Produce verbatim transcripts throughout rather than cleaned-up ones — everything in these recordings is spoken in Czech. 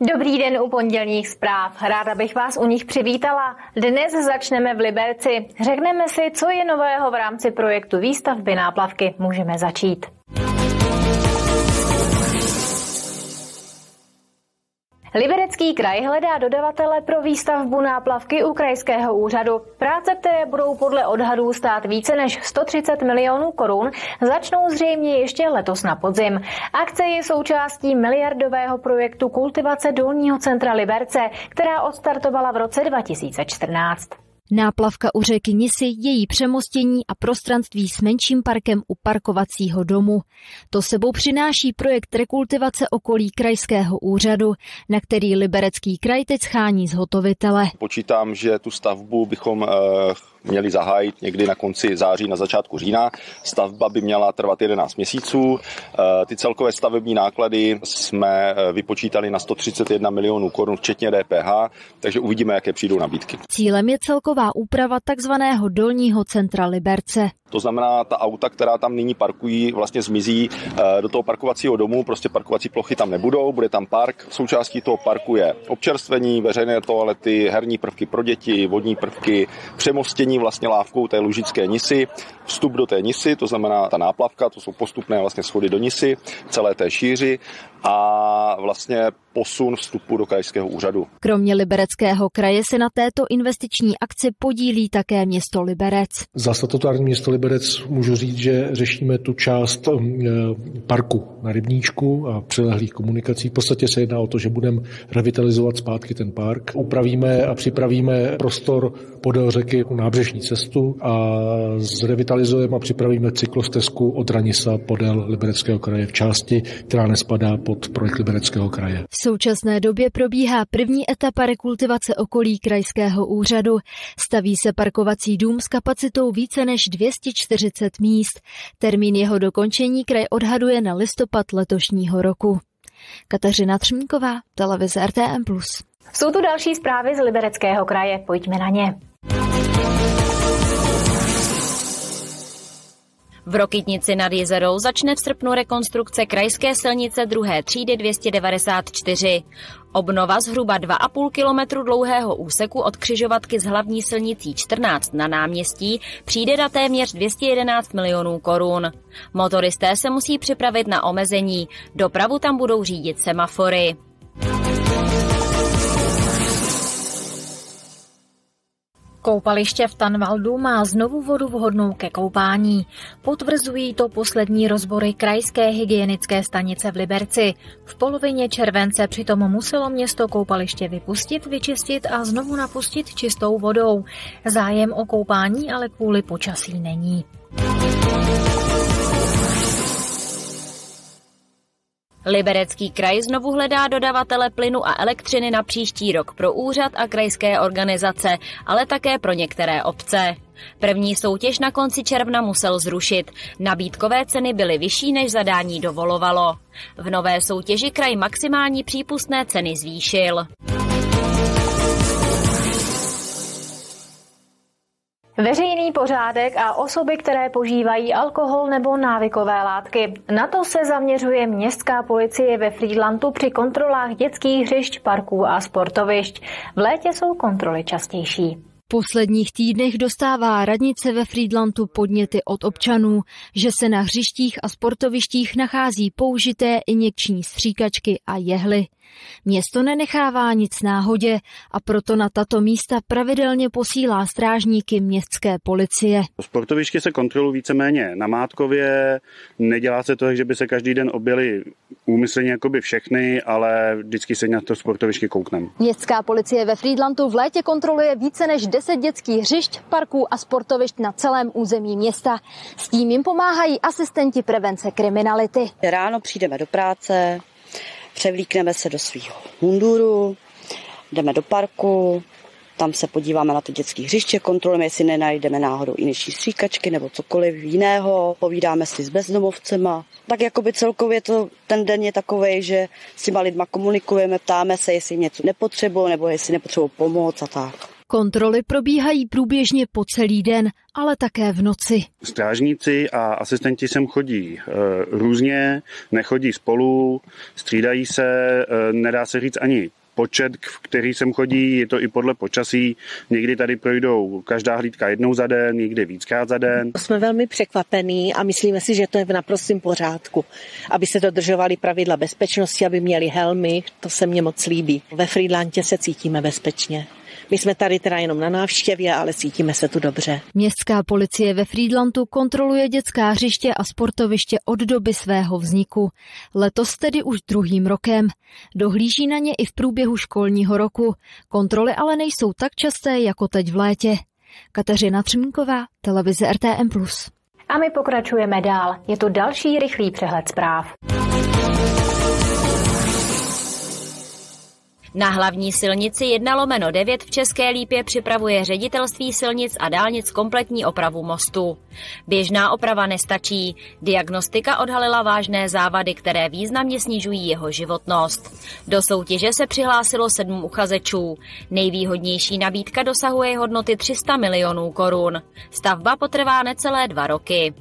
Dobrý den u pondělních zpráv. Ráda bych vás u nich přivítala. Dnes začneme v Liberci. Řekneme si, co je nového v rámci projektu výstavby náplavky. Můžeme začít. Liberecký kraj hledá dodavatele pro výstavbu náplavky u krajského úřadu. Práce, které budou podle odhadů stát více než sto třicet milionů korun, začnou zřejmě ještě letos na podzim. Akce je součástí miliardového projektu kultivace Dolního centra Liberce, která odstartovala v roce dva tisíce čtrnáct. Náplavka u řeky Nisy, její přemostění a prostranství s menším parkem u parkovacího domu. To sebou přináší projekt rekultivace okolí krajského úřadu, na který Liberecký kraj teď schání zhotovitele. Počítám, že tu stavbu bychom měli zahájit někdy na konci září, na začátku října. Stavba by měla trvat jedenáct měsíců. Ty celkové stavební náklady jsme vypočítali na sto třicet jedna milionů korun, včetně D P H, takže uvidíme, jaké přijdou nabídky. Cílem je celková úprava takzvaného Dolního centra Liberce. To znamená, ta auta, která tam nyní parkují, vlastně zmizí do toho parkovacího domu, prostě parkovací plochy tam nebudou, bude tam park. Součástí toho parku je občerstvení, veřejné toalety, herní prvky pro děti, vodní prvky, přemostění vlastně lávkou té Lužické Nisy, vstup do té Nisy, to znamená ta náplavka, to jsou postupné vlastně schody do Nisy, celé té šíři a vlastně posun vstupu do krajského úřadu. Kromě Libereckého kraje se na této investiční akci podílí také město Liberec. Za statutární město Liberec můžu říct, že řešíme tu část parku na Rybníčku a přilehlých komunikací. V podstatě se jedná o to, že budeme revitalizovat zpátky ten park. Upravíme a připravíme prostor podél řeky nábřežní cestu a zrevitalizujeme a připravíme cyklostezku od Ranisa podél Libereckého kraje v části, která nespadá pod projekt Libereckého kraje. V současné době probíhá první etapa rekultivace okolí krajského úřadu. Staví se parkovací dům s kapacitou více než dvě stě čtyřicet míst. Termín jeho dokončení kraj odhaduje na listopad letošního roku. Kateřina Třmínková, televize R T M plus. Jsou tu další zprávy z Libereckého kraje, pojďme na ně. V Rokytnici nad Jizerou začne v srpnu rekonstrukce krajské silnice druhé třídy dvě stě devadesát čtyři. Obnova zhruba dva a půl kilometru dlouhého úseku od křižovatky s hlavní silnicí čtrnáct na náměstí přijde na téměř dvě stě jedenáct milionů korun. Motoristé se musí připravit na omezení. Dopravu tam budou řídit semafory. Koupaliště v Tanvaldu má znovu vodu vhodnou ke koupání. Potvrzují to poslední rozbory krajské hygienické stanice v Liberci. V polovině července přitom muselo město koupaliště vypustit, vyčistit a znovu napustit čistou vodou. Zájem o koupání ale kvůli počasí není. Liberecký kraj znovu hledá dodavatele plynu a elektřiny na příští rok pro úřad a krajské organizace, ale také pro některé obce. První soutěž na konci června musel zrušit. Nabídkové ceny byly vyšší, než zadání dovolovalo. V nové soutěži kraj maximální přípustné ceny zvýšil. Veřejný pořádek a osoby, které požívají alkohol nebo návykové látky. Na to se zaměřuje městská policie ve Frýdlantu při kontrolách dětských hřišť, parků a sportovišť. V létě jsou kontroly častější. V posledních týdnech dostává radnice ve Frýdlantu podněty od občanů, že se na hřištích a sportovištích nachází použité injekční stříkačky a jehly. Město nenechává nic náhodě a proto na tato místa pravidelně posílá strážníky městské policie. Sportoviště se kontrolují víceméně namátkově, nedělá se to, že by se každý den objeli úmyslně jakoby všechny, ale vždycky se na to sportoviště koukneme. Městská policie ve Frýdlantu v létě kontroluje více než deset dětských hřišť, parků a sportovišť na celém území města. S tím jim pomáhají asistenti prevence kriminality. Ráno přijdeme do práce, převlíkneme se do svého munduru, jdeme do parku, tam se podíváme na ty dětské hřiště, kontrolujeme, jestli nenajdeme náhodou injekční stříkačky nebo cokoliv jiného, povídáme si s bezdomovcema. Tak jakoby celkově to, ten den je takovej, že s těma lidma komunikujeme, ptáme se, jestli něco nepotřebují nebo jestli nepotřebují pomoc a tak. Kontroly probíhají průběžně po celý den, ale také v noci. Strážníci a asistenti sem chodí e, různě, nechodí spolu, střídají se, e, nedá se říct ani počet, v který sem chodí, je to i podle počasí. Někdy tady projdou každá hlídka jednou za den, někdy víckrát za den. Jsme velmi překvapení a myslíme si, že to je v naprostém pořádku. Aby se dodržovaly pravidla bezpečnosti, aby měli helmy, to se mně moc líbí. Ve Frýdlantě se cítíme bezpečně. My jsme tady teda jenom na návštěvě, ale cítíme se tu dobře. Městská policie ve Frýdlantu kontroluje dětská hřiště a sportoviště od doby svého vzniku. Letos tedy už druhým rokem. Dohlíží na ně i v průběhu školního roku. Kontroly ale nejsou tak časté jako teď v létě. Kateřina Třmínková, televize R T M plus. A my pokračujeme dál. Je to další rychlý přehled zpráv. Na hlavní silnici jedna lomeno devět v České Lípě připravuje ředitelství silnic a dálnic kompletní opravu mostu. Běžná oprava nestačí. Diagnostika odhalila vážné závady, které významně snižují jeho životnost. Do soutěže se přihlásilo sedm uchazečů. Nejvýhodnější nabídka dosahuje hodnoty tři sta milionů korun. Stavba potrvá necelé dva roky.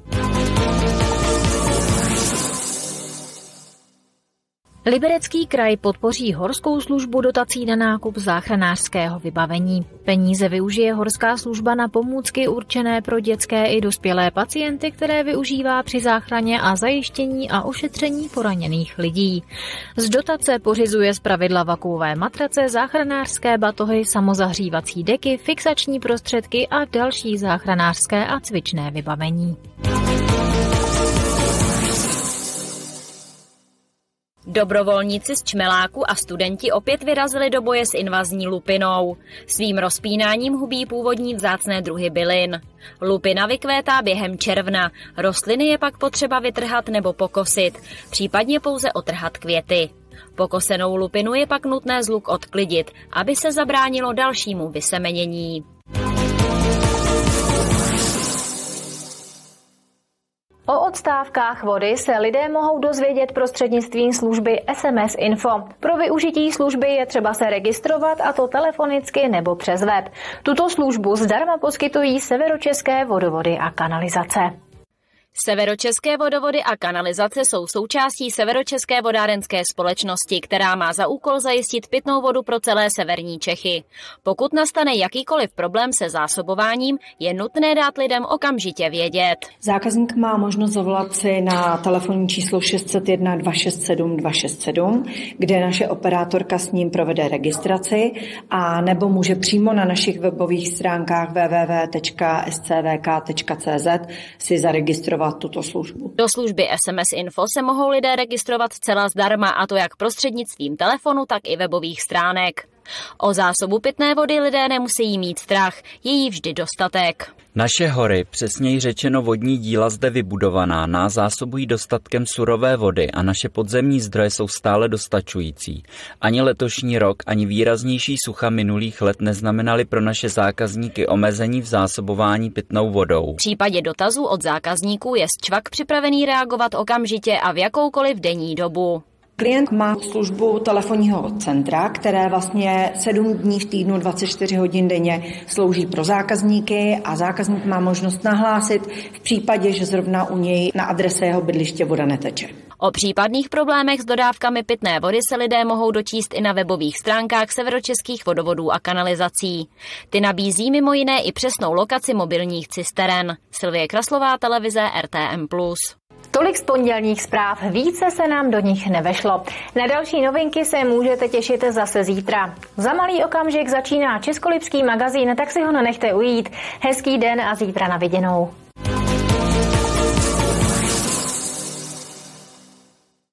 Liberecký kraj podpoří horskou službu dotací na nákup záchranářského vybavení. Peníze využije horská služba na pomůcky určené pro dětské i dospělé pacienty, které využívá při záchraně a zajištění a ošetření poraněných lidí. Z dotace pořizuje zpravidla vakuové matrace, záchranářské batohy, samozahřívací deky, fixační prostředky a další záchranářské a cvičné vybavení. Dobrovolníci z Čmeláku a studenti opět vyrazili do boje s invazní lupinou. Svým rozpínáním hubí původní vzácné druhy bylin. Lupina vykvétá během června, rostliny je pak potřeba vytrhat nebo pokosit, případně pouze otrhat květy. Pokosenou lupinu je pak nutné z luk odklidit, aby se zabránilo dalšímu vysemenění. O odstávkách vody se lidé mohou dozvědět prostřednictvím služby S M S Info. Pro využití služby je třeba se registrovat, a to telefonicky nebo přes web. Tuto službu zdarma poskytují Severočeské vodovody a kanalizace. Severočeské vodovody a kanalizace jsou součástí Severočeské vodárenské společnosti, která má za úkol zajistit pitnou vodu pro celé severní Čechy. Pokud nastane jakýkoliv problém se zásobováním, je nutné dát lidem okamžitě vědět. Zákazník má možnost zavolat si na telefonní číslo šest set jedna dva šest sedm dva šest sedm, kde naše operátorka s ním provede registraci, a nebo může přímo na našich webových stránkách w w w tečka s c v k tečka c z si zaregistrovat tuto službu. Do služby S M S Info se mohou lidé registrovat zcela zdarma, a to jak prostřednictvím telefonu, tak i webových stránek. O zásobu pitné vody lidé nemusí mít strach, je jí vždy dostatek. Naše hory, přesněji řečeno vodní díla zde vybudovaná, nás zásobují dostatkem surové vody a naše podzemní zdroje jsou stále dostačující. Ani letošní rok, ani výraznější sucha minulých let neznamenaly pro naše zákazníky omezení v zásobování pitnou vodou. V případě dotazů od zákazníků je Sčvak připravený reagovat okamžitě a v jakoukoliv denní dobu. Klient má službu telefonního centra, které vlastně sedm dní v týdnu, dvacet čtyři hodin denně slouží pro zákazníky, a zákazník má možnost nahlásit v případě, že zrovna u něj na adrese jeho bydliště voda neteče. O případných problémech s dodávkami pitné vody se lidé mohou dočíst i na webových stránkách Severočeských vodovodů a kanalizací. Ty nabízí mimo jiné i přesnou lokaci mobilních cisteren. Silvie Kraslová, televize R T M plus. Tolik z pondělních zpráv, více se nám do nich nevešlo. Na další novinky se můžete těšit zase zítra. Za malý okamžik začíná Českolipský magazín, tak si ho nenechte ujít. Hezký den a zítra na viděnou.